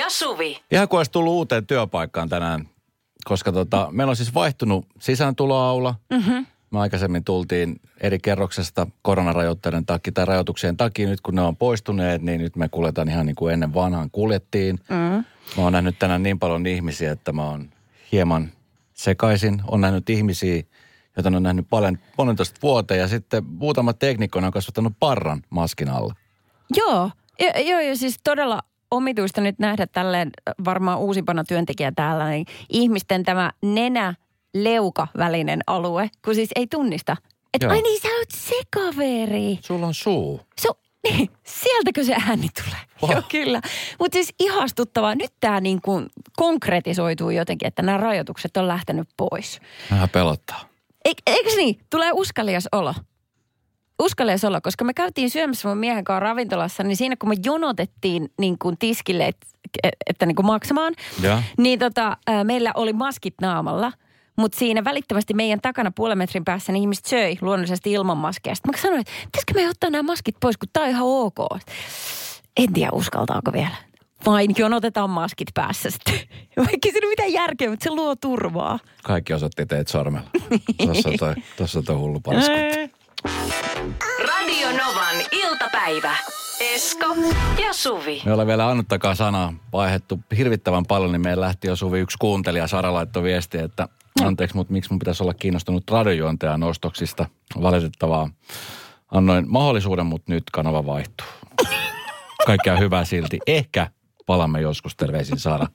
ja Suvi. Ihan kuin olisi tullut uuteen työpaikkaan tänään, koska meillä on siis vaihtunut sisääntuloaula. Mm-hmm. Me aikaisemmin tultiin eri kerroksesta koronarajoitteiden takia tai rajoituksien takia. Nyt kun ne on poistuneet, niin nyt me kuljetaan ihan niin kuin ennen vanhaan kuljettiin. Mm. Mä oon nähnyt tänään niin paljon ihmisiä, että mä oon hieman sekaisin. On nähnyt ihmisiä, joita on nähnyt puolentoista vuoteen ja sitten muutama teknikko on kasvattanut parran maskin alla. Joo, siis todella omituista nyt nähdä tälleen varmaan uusimpana työntekijä täällä, niin ihmisten tämä nenä-leuka-välinen alue, kun siis ei tunnista. Että ai niin, sä oot se kaveri. Sulla on suu. Niin, sieltäkö se ääni tulee? Oh. Joo, kyllä. Mutta siis ihastuttavaa. Nyt tämä niin kuin konkretisoituu jotenkin, että nämä rajoitukset on lähtenyt pois. Vähän pelottaa. Eikö niin? Tulee uskallias olo. Uskallias olo, koska me käytiin syömässä mun miehen kanssa ravintolassa, niin siinä kun me jonotettiin niin kuin tiskille, että niin kuin maksamaan, niin meillä oli maskit naamalla. Mutta siinä välittömästi meidän takana puolen metrin päässä niin ihmiset söi luonnollisesti ilman maskeja. Sitten mä sanoin, että pitäisikö me ottaa nämä maskit pois, kun tää on ihan ok. En tiedä, uskaltaako vielä. Vain jonotetaan maskit päässä sitten. Vaikka siinä ei mitään järkeä, mutta se luo turvaa. Kaikki osoitti teet sormella. Tuossa toi hullu parskutti. Radio Novan iltapäivä. Esko ja Suvi. Me ollaan vielä Annuttakaan sanaa vaihdettu hirvittävän paljon, niin meillä lähti jo Suvi yksi kuuntelija. Sara laittoi viestiä, että anteeksi, mutta miksi mun pitäisi olla kiinnostunut radiojuontajan ostoksista. Valitettavaa. Annoin mahdollisuuden, mutta nyt kanava vaihtuu. Kaikkea hyvää silti. Ehkä palamme joskus, terveisin Sara.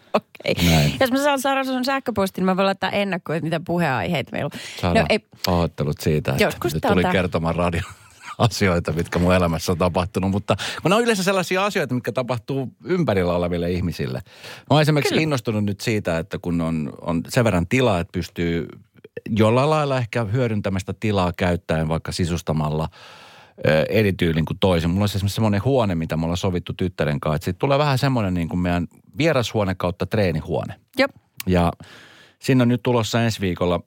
Okei. Jos mä saan Sara sun sähköpostin, mä voin laittaa ennakkoon, että mitä puheenaiheita meillä on. Sara, pahoittelut siitä, että nyt tuli kertomaan radio asioita, mitkä mun elämässä on tapahtunut, mutta ne on yleensä sellaisia asioita, mitkä tapahtuu ympärillä oleville ihmisille. Mä oon esimerkiksi innostunut nyt siitä, että kun on sen verran tilaa, että pystyy jollain lailla ehkä hyödyntämästä tilaa käyttäen vaikka sisustamalla eri tyylin kuin toisen. Mulla on esimerkiksi semmoinen huone, mitä me ollaan sovittu tyttären kanssa, että siitä tulee vähän semmoinen niin kuin meidän vierashuone kautta treenihuone. Jop. Ja siinä on nyt tulossa ensi viikolla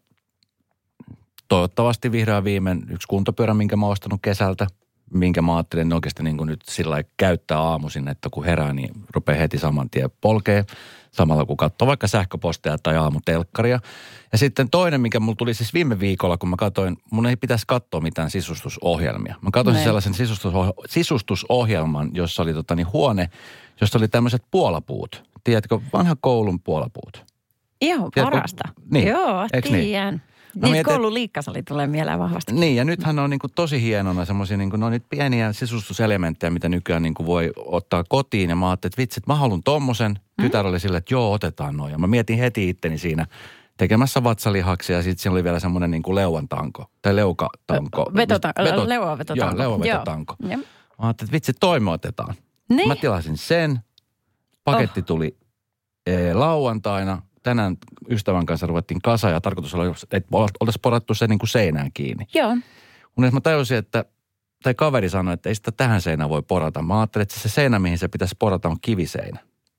toivottavasti vihdoin viimein yksi kuntopyörä, minkä mä oon ostanut kesältä, minkä mä ajattelen oikeasti niin kuin nyt sillä käyttää aamuisin, että kun herää, niin rupeaa heti saman tien polkee, samalla kun katsoo vaikka sähköposteja tai aamutelkkaria. Ja sitten toinen, mikä mulla tuli siis viime viikolla, kun mä katsoin, mun ei pitäisi katsoa mitään sisustusohjelmia. Mä katsoin sellaisen sisustusohjelman, jossa oli huone, jossa oli tämmöiset puolapuut. Tiedätkö, vanha koulun puolapuut? Joo, parasta. Niin. Joo, tiedän. Niin koululiikkasali tulee mieleen vahvasti. Niin, ja nythän on niin kuin tosi hienona semmoisia, niin kuin, no niitä pieniä sisustuselementtejä, mitä nykyään niin kuin voi ottaa kotiin. Ja mä ajattelin, että vitsi, että mä haluan tommosen. Tytär oli silleen, että joo, otetaan noin. Ja mä mietin heti itteni siinä tekemässä vatsalihaksia ja sitten siinä oli vielä semmoinen niin kuin leuantanko. Tai leukatanko. Leuavetotanko. Joo, leuavetotanko. Mä ajattelin, että vitsi, toi me otetaan. Niin. Mä tilasin sen. Paketti tuli lauantaina. Tänään ystävän kanssa ruvettiin kasa ja tarkoitus oli, että oltaisiin porattu se niin kuin seinään kiinni. Joo. Kunnes mä tajusin, tai kaveri sanoi, että ei sitä tähän seinään voi porata. Mä ajattelin, että se seinä, mihin se pitäisi porata, on kiviseinä.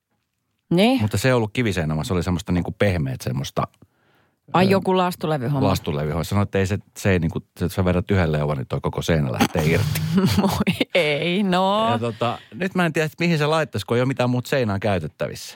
Niin. Mutta se ei ollut kiviseinä, vaan se oli semmoista niin kuin pehmeät semmoista. Ai joku lastulevyhomma. Lastulevyhomma. Sanoin, että ei se ei niin kuin, sä vedät yhden leuvan, niin toi koko seinä lähtee irti. Moi ei, no. Ja nyt mä en tiedä, mihin se laittaisi, kun ei ole mitään muuta seinää käytettävissä.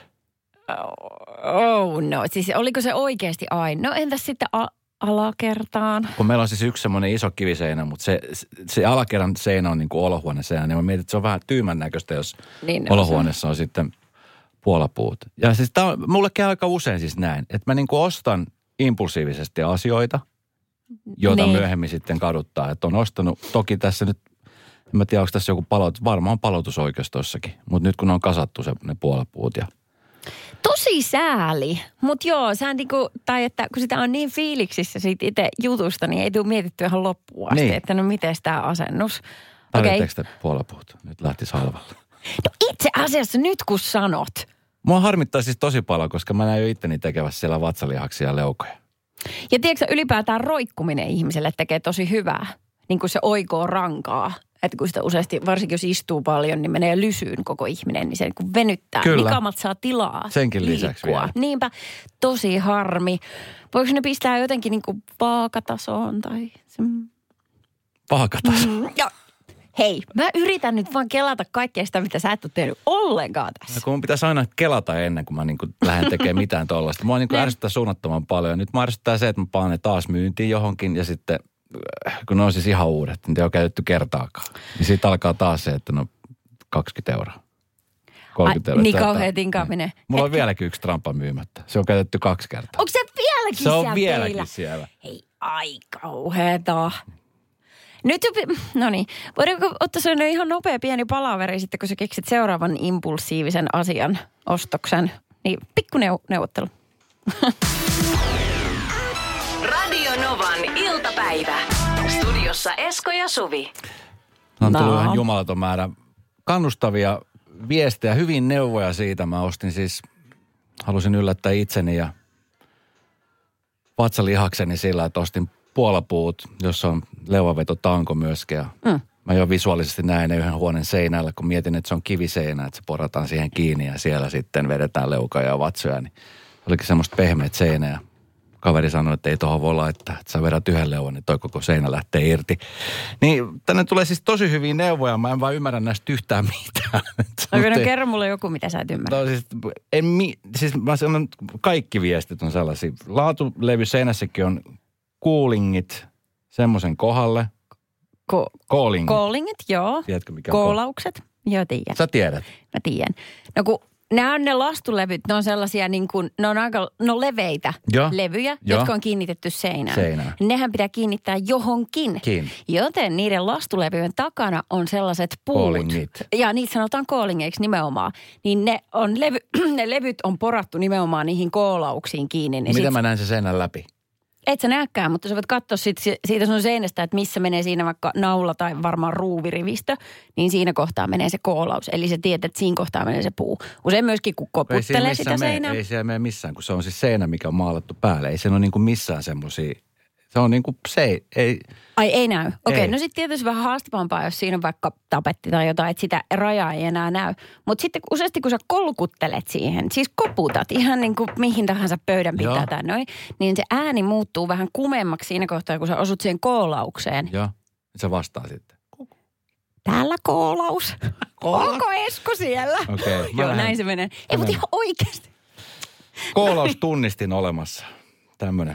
Oh no, siis oliko se oikeasti aina? No entäs sitten alakertaan? Kun meillä on siis yksi semmoinen iso kiviseinä, mutta se alakerran seinä on niin kuin olohuoneseinä, niin mä mietin, että se on vähän tyymän näköistä, jos niin olohuoneessa on sitten puolapuut. Ja siis mulle käy aika usein siis näin, että mä niin kuin ostan impulsiivisesti asioita, joita myöhemmin sitten kaduttaa. Että on ostanut, toki tässä nyt, en mä tiedä, onko tässä joku varmaan palautusoikeus tossakin, mutta nyt kun on kasattu ne puolapuut ja tosi sääli, mutta joo, sä niinku, tai että kun sitä on niin fiiliksissä siitä itse jutusta, niin ei tule mietitty ihan loppuun asti, että no miten tämä asennus. Tarvitseeko te puolapuut? Nyt lähtisi halvalla. No itse asiassa nyt kun sanot. Mua harmittaa siis tosi paljon, koska mä näin jo itteni tekevässä siellä vatsalihaksia ja leukoja. Ja tiedätkö ylipäätään roikkuminen ihmiselle tekee tosi hyvää, niin kuin se oikoo rankaa. Että kun sitä useasti, varsinkin jos istuu paljon, niin menee lysyyn koko ihminen, niin se niin venyttää. Kyllä. Nikamat saa tilaa senkin lisäksi liikkua. Vielä. Niinpä, tosi harmi. Voiko ne pistää jotenkin niin kuin vaakatasoon tai... Vaakatasoon? Ja Hei, mä yritän nyt vaan kelata kaikkea sitä, mitä sä et ole tehnyt ollenkaan tässä. No, kun mun pitäisi aina kelata ennen kuin mä niin kuin lähden tekemään mitään tollaista. Mua niin kuin ärsyttää suunnattoman paljon. Nyt mä ärsyttää se, että mä paan ne taas myyntiin johonkin ja sitten, kun ne on siis ihan uudet, niitä ei ole käytetty kertaakaan. Niin siitä alkaa taas se, että 20 €. 30 €. Niin kauhean tinkaaminen. Mulla on vieläkin yksi trampa myymättä. Se on käytetty 2 kertaa. Onko se vieläkin se siellä on vieläkin teillä? siellä. Hei, ai kauheeta. Nyt, no niin, voidaanko ottaa sellainen ihan nopea pieni palaveri sitten, kun sä keksit seuraavan impulsiivisen asian ostoksen. Niin, pikku neuvottelu. Radio Novan iltapäivä. Studiossa Esko ja Suvi. On tullut ihan jumalaton määrä kannustavia viestejä, hyvin neuvoja siitä. Mä ostin siis, halusin yllättää itseni ja vatsalihakseni sillä, että ostin puolapuut, jossa on leuanvetotanko myöskin. Mä jo visuaalisesti näin ne yhden huoneen seinällä, kun mietin, että se on kiviseinä, että se porataan siihen kiinni ja siellä sitten vedetään leukaa ja vatsoja. Niin olikin semmoista pehmeät seinää. Kaveri sanoi, että ei tohon voi laittaa, että sä vedät yhden leuan, niin toi koko seinä lähtee irti. Niin tänne tulee siis tosi hyviä neuvoja, mä en vaan ymmärrä näistä yhtään mitään. No kerro mulle joku, mitä sä et ymmärrä. No siis mä sanon, kaikki viestit on sellaisia. Laatulevy seinässäkin on coolingit semmoisen kohdalle. Callingit, joo. Tiedätkö mikä koolaukset? Joo, tiedän. Sä tiedät? Mä tiedän. No kun nämä on ne lastulevyt, ne on sellaisia niin kuin, ne on aika leveitä levyjä, jotka on kiinnitetty seinään. Nehän pitää kiinnittää johonkin. Joten niiden lastulevyjen takana on sellaiset puut. Callingit. Ja niitä sanotaan callingeiksi nimenomaan. Niin ne levyt on porattu nimenomaan niihin koolauksiin kiinni. Niin miten mä näen se seinän läpi? Et sä näkään, mutta sä voit katsoa siitä sun seinästä, että missä menee siinä vaikka naula tai varmaan ruuvirivistö, niin siinä kohtaa menee se koolaus. Eli sä tiedät, että siinä kohtaa menee se puu. Usein myöskin, kun koputtelee sitä seinää. Ei siellä mene missään, kun se on siis seinä, mikä on maalattu päälle. Ei se ole niin kuin missään semmosia. Se on niin kuin ei. Ai ei näy. Okei, no sitten tietysti vähän haastavampaa, jos siinä on vaikka tapetti tai jotain, että sitä rajaa ei enää näy. Mutta sitten useasti kun sä kolkuttelet siihen, siis koputat ihan niin kuin mihin tahansa pöydän pitää tai noin, niin se ääni muuttuu vähän kumemmaksi siinä kohtaa, kun sä osut siihen koolaukseen. Joo, se vastaa sitten. Täällä koolaus. Onko Esko siellä? Okei. Joo, näin se menee. Ei, mutta ihan oikeasti. Koolaustunnistin olemassa. Tämmönen.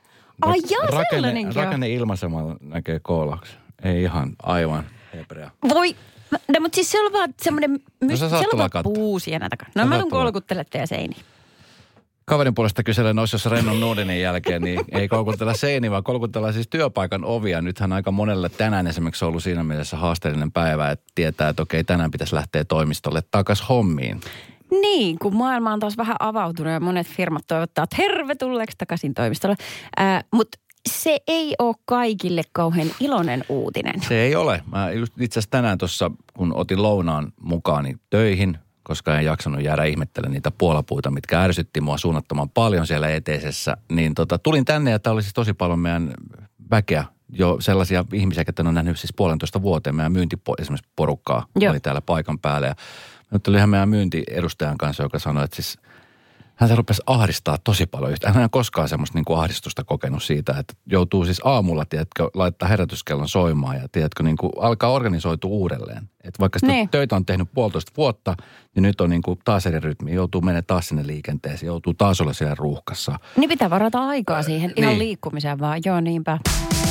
Ai jaa, sellainenkin Rakenne ilmaisemalla näkee koolauksen. Ei ihan aivan hebrea. Voi, no mutta siis se on vaan semmoinen, siellä on vaan puu siinä takana. No mä tuun kolkuttele teidän seiniin. Kaverin puolesta kyselen jos Rennon Nordinin jälkeen, niin ei kolkutella seiniä, vaan kolkutella siis työpaikan ovia. Nythän aika monelle tänään esimerkiksi on ollut siinä mielessä haasteellinen päivä, että tietää, että okei, tänään pitäisi lähteä toimistolle takas hommiin. Niin, kun maailma on taas vähän avautunut ja monet firmat toivottaa tervetulleeksi takaisin toimistolle. Mutta se ei ole kaikille kauhean iloinen uutinen. Se ei ole. Mä just itse asiassa tänään tuossa, kun otin lounaan mukaani töihin, koska en jaksanut jäädä ihmettelen niitä puolapuita, mitkä ärsytti mua suunnattoman paljon siellä eteisessä, niin tulin tänne ja tämä oli siis tosi paljon meidän väkeä. Jo sellaisia ihmisiä, jotka on nähnyt siis 1,5 vuoteen meidän esimerkiksi porukkaa oli täällä paikan päällä. Ja nyt oli ihan meidän myyntiedustajan kanssa, joka sanoi, että siis hän rupesi ahdistaa tosi paljon. Hän ei ole koskaan semmoista niin kuin ahdistusta kokenut siitä, että joutuu siis aamulla, tiedätkö, laittaa herätyskellon soimaan ja tiedätkö, niin kuin alkaa organisoitua uudelleen. Että vaikka sitä töitä on tehnyt 1,5 vuotta, niin nyt on niin kuin taas eri rytmi. Joutuu menemään taas sinne liikenteeseen, joutuu taas olla siellä ruuhkassa. Niin pitää varata aikaa siihen ihan liikkumiseen vaan. Joo, niinpä.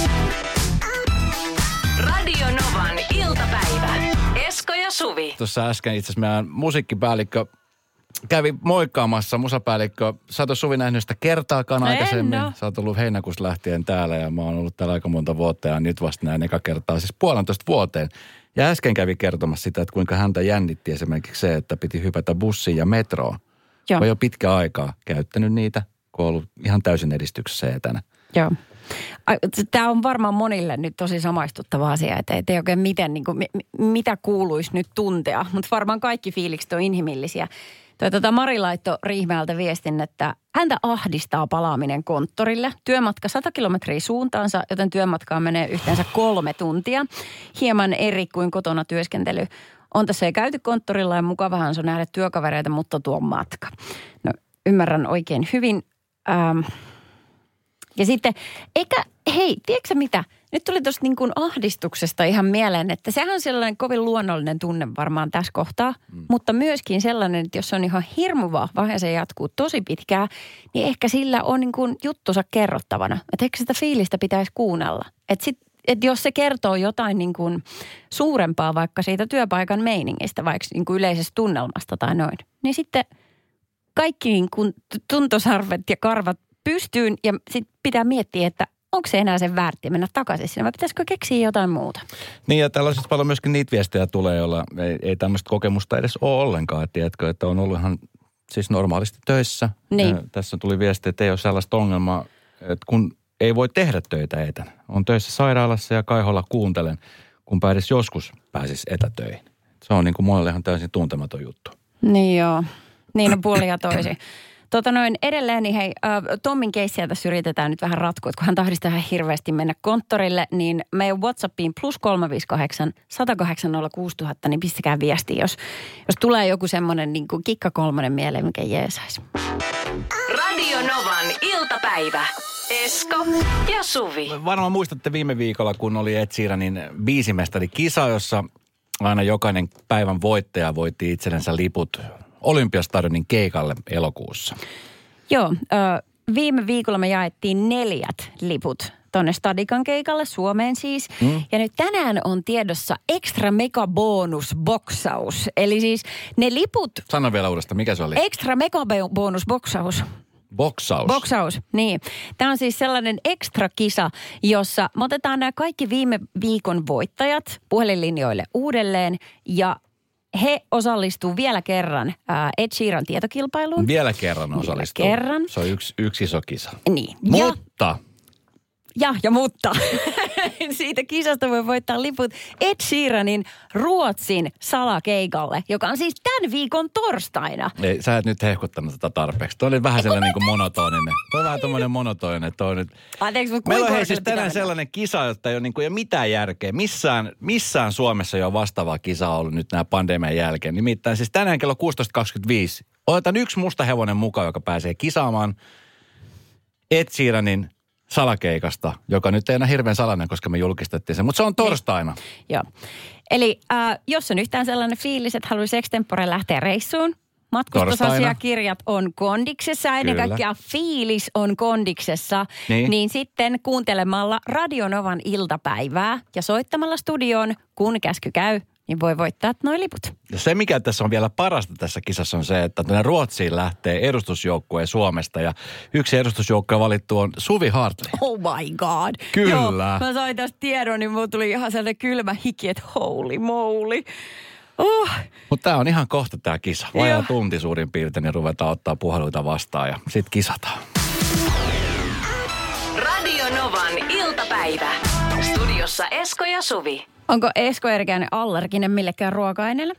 Radio Novan iltapäivä. Esko ja Suvi. Tuossa äsken itse asiassa meidän musiikkipäällikkö kävi moikkaamassa, musapäällikkö. Sä oot Suvi nähnyt sitä kertaakaan aikaisemmin. Sä oot ollut heinäkuusta lähtien täällä ja mä oon ollut täällä aika monta vuotta ja nyt vasta näin eka kertaa, siis 1,5 vuoteen. Ja äsken kävi kertomassa sitä, että kuinka häntä jännitti esimerkiksi se, että piti hypätä bussiin ja metroon. Joo. Mä jo pitkä aikaa käyttänyt niitä, kun on ollut ihan täysin edistyksessä etänä. Joo. Tämä on varmaan monille nyt tosi samaistuttava asia, että ei oikein miten, niin kuin, mitä kuuluisi nyt tuntea, mutta varmaan kaikki fiilikset on inhimillisiä. Mari laittoi Riihimäeltä viestin, että häntä ahdistaa palaaminen konttorille. Työmatka 100 kilometriä suuntaansa, joten työmatkaan menee yhteensä 3 tuntia. Hieman eri kuin kotona työskentely. On tässä ei käyty konttorilla ja mukavahan se on nähdä työkavereita, mutta tuo matka. No ymmärrän oikein hyvin. Ja sitten hei, tiedätkö mitä? Nyt tuli tuosta niin kuin ahdistuksesta ihan mieleen, että sehän on sellainen kovin luonnollinen tunne varmaan tässä kohtaa, mutta myöskin sellainen, että jos se on ihan hirmu vahva ja se jatkuu tosi pitkään, niin ehkä sillä on niin kuin juttunsa kerrottavana. Että ehkä sitä fiilistä pitäisi kuunnella. Että jos se kertoo jotain niin kuin suurempaa vaikka siitä työpaikan meiningistä, vaikka niin kuin yleisestä tunnelmasta tai noin, niin sitten kaikki niin kuin tuntosarvet ja karvat pystyyn ja sitten pitää miettiä, että onko se enää sen väärti mennä takaisin sinne vai pitäisikö keksiä jotain muuta? Niin ja tällaisista paljon myöskin niitä viestejä tulee, joilla ei tämmöistä kokemusta edes ole ollenkaan. Tiedätkö, että on ollut ihan siis normaalisti töissä. Niin. Tässä tuli viesti, että ei ole sellaista ongelmaa, että kun ei voi tehdä töitä etänä. On töissä sairaalassa ja kaiholla kuuntelen, kun edes joskus pääsisi etätöihin. Se on niin kuin monelle ihan täysin tuntematon juttu. Niin joo. Niin on puoli ja toisin. Edelleen, niin hei, Tommin keissiä tässä yritetään nyt vähän ratkoa, kun hän tahdisi ihan hirveästi mennä konttorille, niin meidän WhatsAppiin +358 108 06000, niin pistäkää viestiä, jos tulee joku semmoinen niin kuin kikka kolmonen mieleen, mikä jeesaisi. Radio Novan iltapäivä. Esko ja Suvi. Varmaan muistatte viime viikolla, kun oli Ed Sheeranin biisimestari-kisa, jossa aina jokainen päivän voittaja voitti itsellensä liput Olympiastadionin keikalle elokuussa. Joo, viime viikolla me jaettiin 4 liput tonne Stadikan keikalle, Suomeen siis. Ja nyt tänään on tiedossa extra mega bonus boksaus. Eli siis ne liput... Sano vielä uudestaan, mikä se oli? Extra mega bonus boksaus. Boksaus? Boksaus, niin. Tämä on siis sellainen ekstra kisa, jossa me otetaan nämä kaikki viime viikon voittajat puhelinlinjoille uudelleen ja he osallistuu vielä kerran Ed Sheeran tietokilpailuun. Vielä kerran osallistuu. Vielä kerran. Se on yksi iso kisa. Niin. Mutta. Mutta. Siitä kisasta voi voittaa liput Ed Sheeranin Ruotsin salakeikalle, joka on siis tämän viikon torstaina. Ei, sä et nyt hehkuttanut tätä tarpeeksi. Toi oli vähän sellainen niin kuin monotoninen. Toi on vähän tommoinen monotoninen. Anteeksi, mutta meillä on hei siis tänään sellainen kisa, jotta ei ole niin kuin mitään järkeä. Missään Suomessa ei ole vastaavaa kisaa ollut nyt nämä pandemian jälkeen. Nimittäin siis tänään kello 16.25 otetaan yksi musta hevonen mukaan, joka pääsee kisaamaan Ed Sheeranin salakeikasta, joka nyt ei enää hirveän salainen, koska me julkistettiin sen, mutta se on torstaina. Joo. Eli jos on yhtään sellainen fiilis, että haluaisi extempore lähteä reissuun, matkustusasiakirjat on kondiksessa, ennen kaikkea fiilis on kondiksessa, niin sitten kuuntelemalla Radio Novan iltapäivää ja soittamalla studioon, kun käsky käy, niin voi voittaa nuo liput. Ja se, mikä tässä on vielä parasta tässä kisassa on se, että tänne Ruotsiin lähtee edustusjoukkue Suomesta ja yksi edustusjoukkue valittu on Suvi Hartley. Oh my god. Kyllä. Joo, mä sain tästä tiedon, niin mulla tuli ihan sellainen kylmä hiki, että holy moly. Mutta tää on ihan kohta tää kisa. Vajaa tunti suurin piirtein, niin ruvetaan ottaa puheluita vastaan ja sit kisataan. Radio Novan iltapäivä. Studiossa Esko ja Suvi. Onko Esko Eerikäinen allerginen millekään ruoka-aineelle?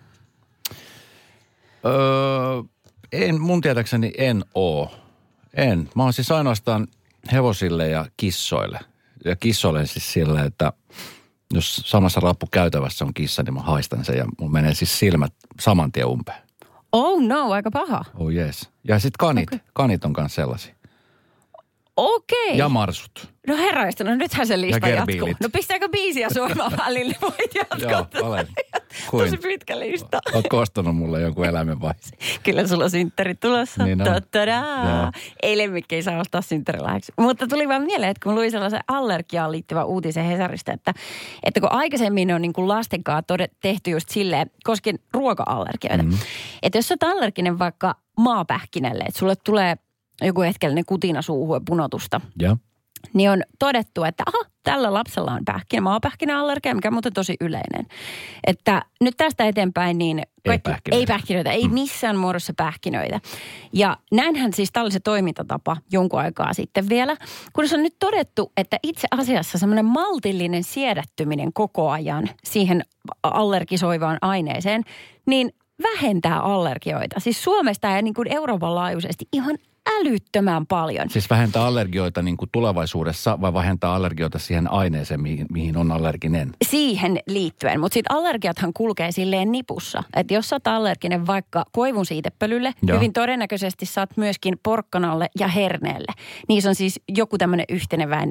Mun tietääkseni en oo. En. Mä oon siis ainoastaan hevosille ja kissoille. Ja kissoille siis sillä, että jos samassa rappukäytävässä on kissa, niin mä haistan sen ja mun menee siis silmät saman tien umpeen. Oh no, aika paha. Oh yes. Ja sit kanit. Okay. Kanit on kans sellaisia. Okei. Ja marsut. No herraista, no nythän se lista jatkuu. No pistääkö biisiä Suomaan välille? Voit jatkaa. Joo, olen. Tosi pitkä lista. Ootko ostanut mulle jonkun eläimen vai? Kyllä sulla on synttäri tulossa. Niin on. Ei lemmikki ei saa ostaa synttärilahjaksi. Mutta tuli vaan mieleen, että kun luin sellaisen allergiaan liittyvän uutisen Hesarista, että kun aikaisemmin on niin kuin lastenkaan tehty just silleen, koskien ruoka-allergioita. Että jos sä oot allerginen vaikka maapähkinälle, että sulle tulee joku hetkellinen kutina suuhun ja punotusta. Ja. Niin on todettu, että tällä lapsella on maapähkinäallergia, mikä on muuten tosi yleinen. Että nyt tästä eteenpäin niin ei pähkinöitä, ei missään muodossa pähkinöitä. Ja näinhän siis tämä oli se toimintatapa jonkun aikaa sitten vielä, kun se on nyt todettu, että itse asiassa semmoinen maltillinen siedättyminen koko ajan siihen allergisoivaan aineeseen, niin vähentää allergioita. Siis Suomesta ja niin kuin Euroopan laajuisesti ihan älyttömän paljon. Siis vähentää allergioita niin kuin tulevaisuudessa vai vähentää allergioita siihen aineeseen, mihin on allerginen? Siihen liittyen, mutta sitten allergiathan kulkee silleen nipussa. Että jos sä oot allerginen vaikka koivun siitepölylle, hyvin todennäköisesti saat myöskin porkkanalle ja herneelle. Niissä on siis joku tämmöinen yhteneväinen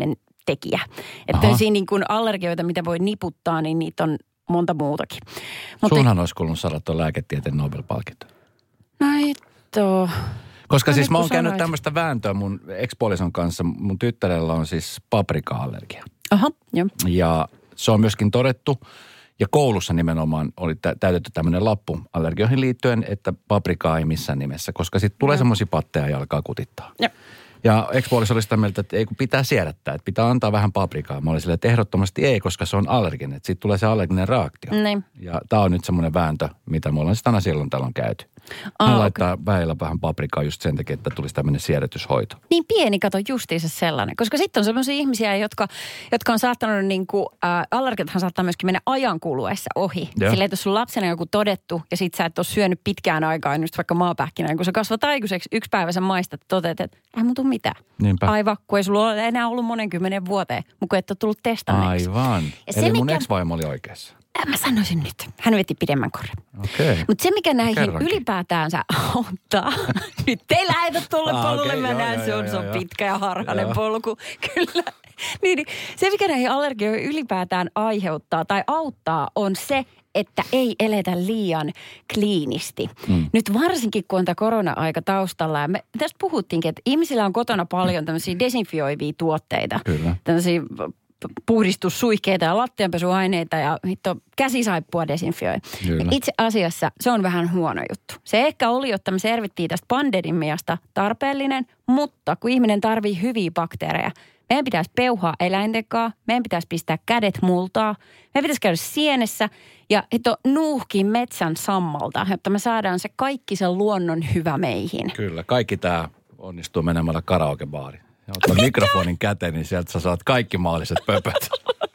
tekijä. Että siinä niin kuin allergioita, mitä voi niputtaa, niin niitä on monta muutakin. Sunhan olisi kuulunut saada tuon lääketieteen Nobel-palkinto. No hitto. Koska siis mä oon käynyt tämmöistä vääntöä mun ex-puolison kanssa. Mun tyttärellä on siis paprika-allergia. Aha, joo. Ja se on myöskin todettu. Ja koulussa nimenomaan oli täytetty tämmöinen lappu allergioihin liittyen, että paprikaa ei missään nimessä, koska sitten tulee semmoisia patteja ja alkaa kutittaa. Ja ex-puoliso oli sitä mieltä, että ei kun pitää siedättää, että pitää antaa vähän paprikaa. Mä olin silleen, että ehdottomasti ei, koska se on allerginen. Että siitä tulee se allerginen reaktio. Niin. Ja tää on nyt semmoinen vääntö, mitä me ollaan sitten aina silloin täällä on käyty. Hän laittaa välillä vähän paprikaa just sen takia, että tulisi tämmöinen siedätyshoito. Niin pieni, kato justiinsa sellainen. Koska sitten on sellaisia ihmisiä, jotka on saattanut niinku, allergiathan saattaa myöskin mennä ajan kuluessa ohi. Silleen, että jos sun lapsena joku todettu ja sit sä et ole syönyt pitkään aikaa, just vaikka maapähkinä, kun sä kasvat aikuiseksi yksi päivä sä maistat, toteat, että ei mun tule mitään. Niinpä. Aivan, kun ei sulla ole enää ollut monen 10 vuoteen, mutta et ole tullut testanneeksi. Aivan. Eli mun ex-vaimo oli oikeassa. Mä sanoisin nyt. Hän veti pidemmän korren. Okei. Mutta se, mikä näihin ylipäätäänsä auttaa, nyt ei lähetä tuolle polulle, mä näen, se on pitkä ja harhainen polku. Kyllä. Niin, se, mikä näihin allergioihin ylipäätään aiheuttaa tai auttaa, on se, että ei eletä liian kliinisti. Nyt varsinkin, kun on tämä korona-aika taustalla, ja me tästä puhuttiinkin, että ihmisillä on kotona paljon tämmöisiä desinfioivia tuotteita. Kyllä. Tämmöisiä puhdistussuihkeita ja lattianpesuaineita ja käsisaippua desinfioi. Itse asiassa se on vähän huono juttu. Se ehkä oli, jotta me servittiin tästä pandemiasta tarpeellinen, mutta kun ihminen tarvii hyviä bakteereja, meidän pitäisi peuhaa eläinten kanssa, meidän pitäisi pistää kädet multaa, meidän pitäisi käydä sienessä ja nuuhkia metsän sammalta, jotta me saadaan se kaikki se luonnon hyvä meihin. Kyllä, kaikki tämä onnistuu menemällä karaokebaariin. Ja ottaa mikrofonin käteen, niin sieltä sä saat kaikki mahdolliset pöpöt.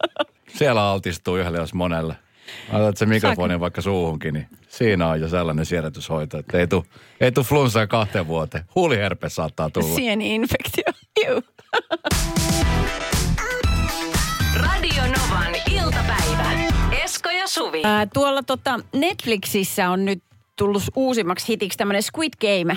Siellä altistuu yhdelle jos monelle. Otat se mikrofonin vaikka suuhunkin, niin siinä on jo sellainen siedätyshoito, että ei tule flunssaa 2 vuoteen. Huuliherpes saattaa tulla. Sieni-infektio. Radio Novan iltapäivä. Esko ja Suvi. Tuolla Netflixissä on nyt tullut uusimmaksi hitiksi tämmöinen Squid Game.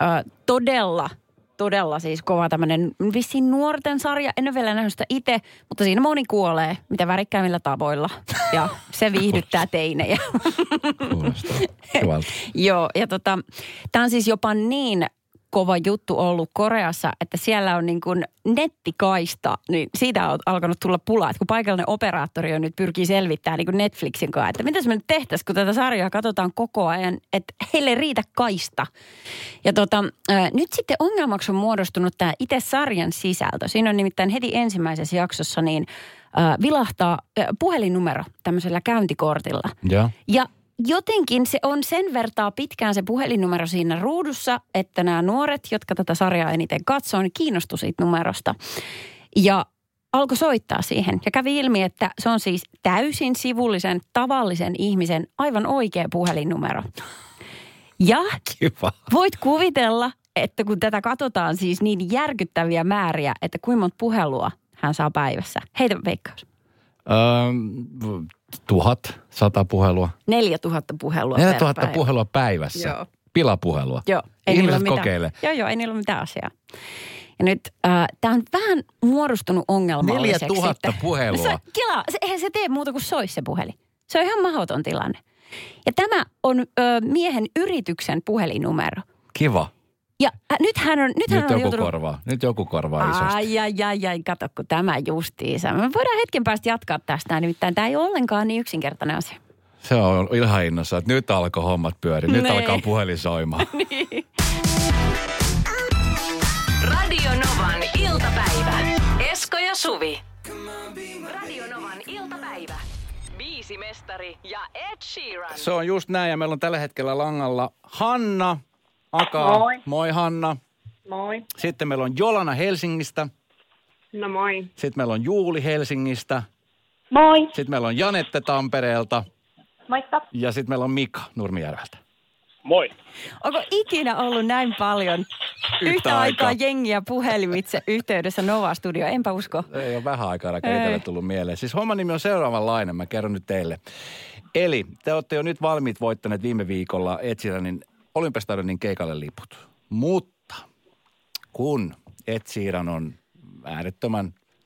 Todella siis kova tämmöinen vissiin nuorten sarja. En ole vielä nähnyt sitä itse, mutta siinä moni kuolee, mitä värikkäimmillä tavoilla. Ja se viihdyttää teinejä. Kuulostaa hyvältä. Joo, ja tämä on siis jopa niin kova juttu ollut Koreassa, että siellä on niin kuin nettikaista, niin siitä on alkanut tulla pulaa, että kun paikallinen operaattori on nyt pyrkii selvittämään niin kuin Netflixin kanssa, että mitä se me nyt tehtäisiin, kun tätä sarjaa katsotaan koko ajan, että heille ei riitä kaista. Ja nyt sitten ongelmaksi on muodostunut tämä itse sarjan sisältö. Siinä on nimittäin heti ensimmäisessä jaksossa niin vilahtaa puhelinnumero tämmöisellä käyntikortilla. Ja jotenkin se on sen vertaa pitkään se puhelinnumero siinä ruudussa, että nämä nuoret, jotka tätä sarjaa eniten katsoo, niin kiinnostui siitä numerosta. Ja alkoi soittaa siihen ja kävi ilmi, että se on siis täysin sivullisen, tavallisen ihmisen aivan oikea puhelinnumero. Ja kiva. Voit kuvitella, että kun tätä katsotaan siis niin järkyttäviä määriä, että kuinka monta puhelua hän saa päivässä. Heitä veikkaus. 1100 puhelua. 4000 puhelua 4000 puhelua päivässä. Joo. Pilapuhelua. Joo. Ihmiset kokeilee. Joo, ei niillä ole mitään asiaa. Ja nyt tämä on vähän muodostunut ongelmalliseksi. 4000 puhelua. Eihän se tee muuta kuin sois se puhelin. Se on ihan mahdoton tilanne. Ja tämä on miehen yrityksen puhelinnumero. Kiva. Ja nyt hän on Nyt joku korvaa isosti. Ai, kato kun tämä justiinsa. Me voidaan hetken päästä jatkaa tästä, nimittäin tämä ei ole ollenkaan niin yksinkertainen asia. Se on ihan innossa, että nyt alkoi hommat pyöriä. Nyt alkaa puhelin soimaan. Niin. Radio Novan iltapäivä. Esko ja Suvi. Radio Novan iltapäivä. Biisimestari ja Ed Sheeran. Se on just näin ja meillä on tällä hetkellä langalla Hanna. Moi. Moi Hanna. Moi. Sitten meillä on Jolana Helsingistä. No moi. Sitten meillä on Juuli Helsingistä. Moi. Sitten meillä on Janette Tampereelta. Moikka. Ja sitten meillä on Mika Nurmijärveltä. Moi. Onko ikinä ollut näin paljon yhtä aikaa jengiä puhelimitse yhteydessä Nova-studio? Enpä usko. Ei ole vähän aikaa itselle tullut mieleen. Siis homman nimi on seuraavanlainen, mä kerron nyt teille. Eli te olette jo nyt valmiit voittaneet viime viikolla Ed Sheeranin Olympiastadionin keikalle liput. Mutta kun Ed Sheeran on äärettömän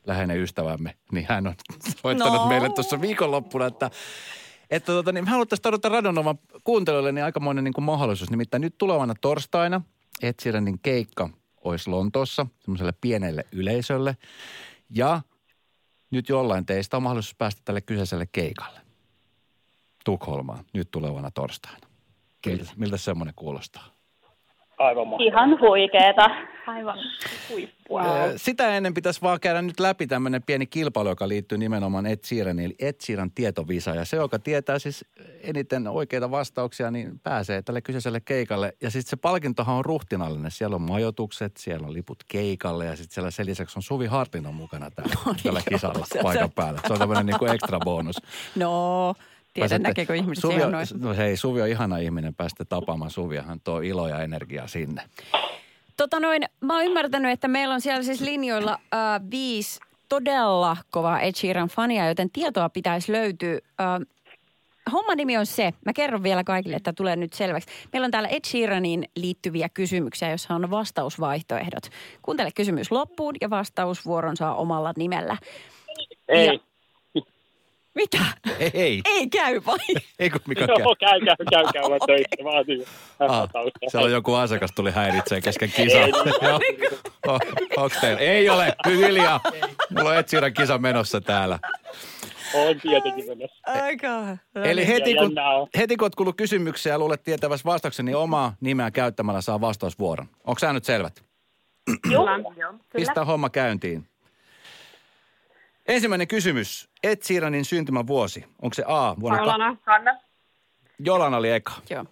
läheinen ystävämme, niin hän on soittanut meille tuossa viikonloppuna, että me haluttaisiin tarjota Radionovan kuuntelijoille niin aikamoinen niin kuin mahdollisuus. Nimittäin nyt tulevana torstaina Ed Sheeranin keikka olisi Lontoossa semmoiselle pienelle yleisölle. Ja nyt jollain teistä on mahdollisuus päästä tälle kyseiselle keikalle Tukholmaan nyt tulevana torstaina. Miltä semmoinen kuulostaa? Aivan mahtavaa. Ihan huikeeta. Aivan huippua. Sitä ennen pitäisi vaan käydä nyt läpi tämmöinen pieni kilpailu, joka liittyy nimenomaan Ed Sheeraniin, eli Ed Sheeran tietovisa. Ja se, joka tietää siis eniten oikeita vastauksia, niin pääsee tälle kyseiselle keikalle. Ja sitten se palkintohan on ruhtinallinen. Siellä on majoitukset, siellä on liput keikalle ja sitten siellä sen lisäksi on Suvi Hartlin mukana tällä kisalla paikan päällä. Se on tämmöinen niin kuin ekstra bonus. No... Tiedän, näkeekö ihmiset siihen noin. No hei, Suvi on ihana ihminen, päästä tapaamaan Suvia. Hän tuo iloa ja energiaa sinne. Mä oon ymmärtänyt, että meillä on siellä siis linjoilla 5 todella kovaa Ed Sheeran fania, joten tietoa pitäisi löytyä. Homman nimi on se, mä kerron vielä kaikille, että tulee nyt selväksi. Meillä on täällä Ed Sheeraniin liittyviä kysymyksiä, joissa on vastausvaihtoehdot. Kuuntele kysymys loppuun ja vastausvuoron saa omalla nimellä. Ei. Ja... Mitä? Ei. Ei käy vai? Eikö mikä käy? Joo, käy töissä. Vaatii. Siellä on joku asiakas tuli häiritsee kesken kisaa. Onko teillä? Ei ole. Hiljaa. Mulla on Ed Sheeran kisa menossa täällä. On tietenkin menossa. Aika. Eli heti kun oot kuullut kysymyksiä ja luulet tietävässä vastauksen, niin omaa nimeä käyttämällä saa vastausvuoron. Onko sä nyt selvät? Joo. Pistää homma käyntiin. Ensimmäinen kysymys. Ed Sheeranin syntymävuosi. Onko se A? Jolana. Hanna. Jolana oli eka. Joo.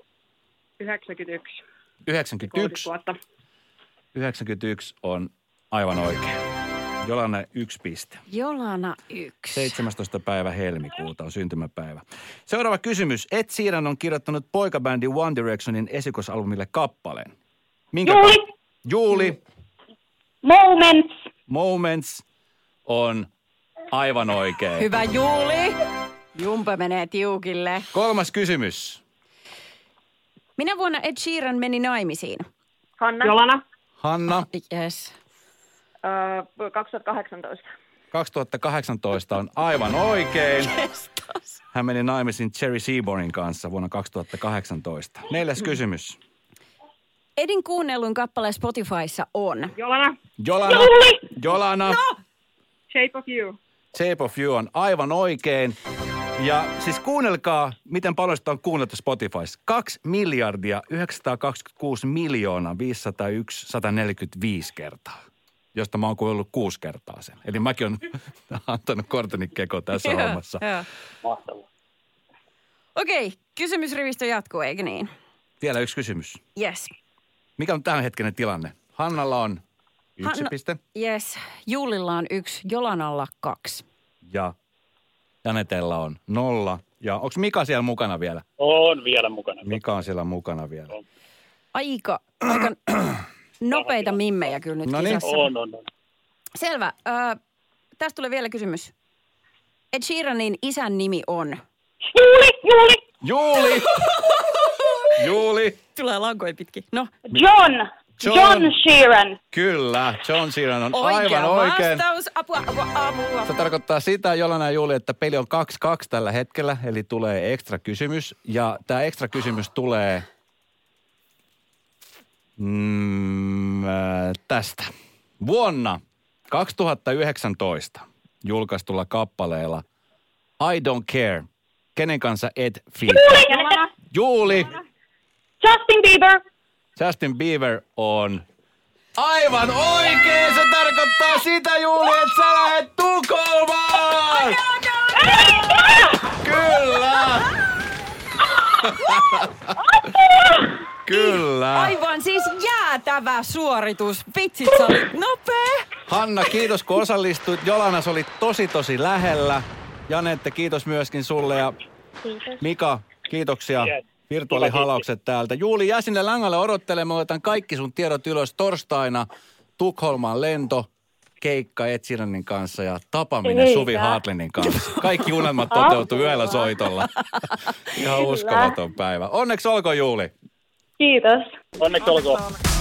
91. 91. 91 on aivan oikein. Jolana 1 piste. Jolana 1. 17. päivä helmikuuta on syntymäpäivä. Seuraava kysymys. Ed Sheeran on kirjoittanut poikabändi One Directionin esikoisalbumille kappaleen. Juuli. Moments on aivan oikein. Hyvä Juuli. Jumpe menee tiukille. 3. kysymys. Minä vuonna Ed Sheeran meni naimisiin? Hanna. Jolana. Hanna. Yes. 2018. 2018 on aivan oikein. Hän meni naimisiin Cherry Seabornin kanssa vuonna 2018. 4. kysymys. Edin kuunnelluin kappale Spotifyssa on? Jolana. No! Shape of You. Shape of You on aivan oikein. Ja siis kuunnelkaa, miten paljon sitä on kuunneltu Spotifyssa. 2 miljardia 926 miljoonaa 501 145 kertaa, josta mä oon kuullut 6 kertaa sen. Eli mäkin on antanut korteni kekoon tässä hommassa. Mahtavaa. Okei, kysymysrivistö jatkuu, eikö niin? Vielä 1 kysymys. Yes. Mikä on tämänhetkinen tilanne? Hannalla on 1 piste. Yes. Juulilla on 1, Jolanalla 2. Ja Janetella on 0. Ja onko Mika siellä mukana vielä? On vielä mukana. Mika on siellä mukana vielä. Aika nopeita mimmejä kyllä nyt kisassa. On. Selvä. Tästä tulee vielä kysymys. Ed Sheeranin isän nimi on? Juuli. Tulee lankoja pitkin. No. John Sheeran. Kyllä, John Sheeran on aivan oikein. Vastaus. Apua. Se tarkoittaa sitä, Jolana ja Juuli, että peli on 2-2 tällä hetkellä, eli tulee ekstra kysymys. Ja tämä ekstra kysymys tulee tästä. Vuonna 2019 julkaistulla kappaleella I Don't Care. Kenen kanssa Ed feat? Juuli. Justin Bieber on aivan oikein. Se tarkoittaa sitä, Juuli, että sä lähdet Tukholmaan. Kyllä. Kyllä. Aivan siis jäätävä suoritus. Vitsit, sä olit nopea. Hanna, kiitos kun osallistuit. Jolana, se oli tosi lähellä. Janette, kiitos myöskin sulle. Ja Mika, kiitoksia. Virtuaalihalaukset täältä. Juuli, jää sinne langalle odottelemaan. Otan kaikki sun tiedot ylös torstaina. Tukholmaan lento, keikka Ed Sheeranin kanssa ja tapaaminen Suvi Hartlinin kanssa. Kaikki unelmat toteutuu yöllä soitolla. Ihan uskomaton päivä. Onneksi olkoon, Juuli. Kiitos. Onneksi olkoon.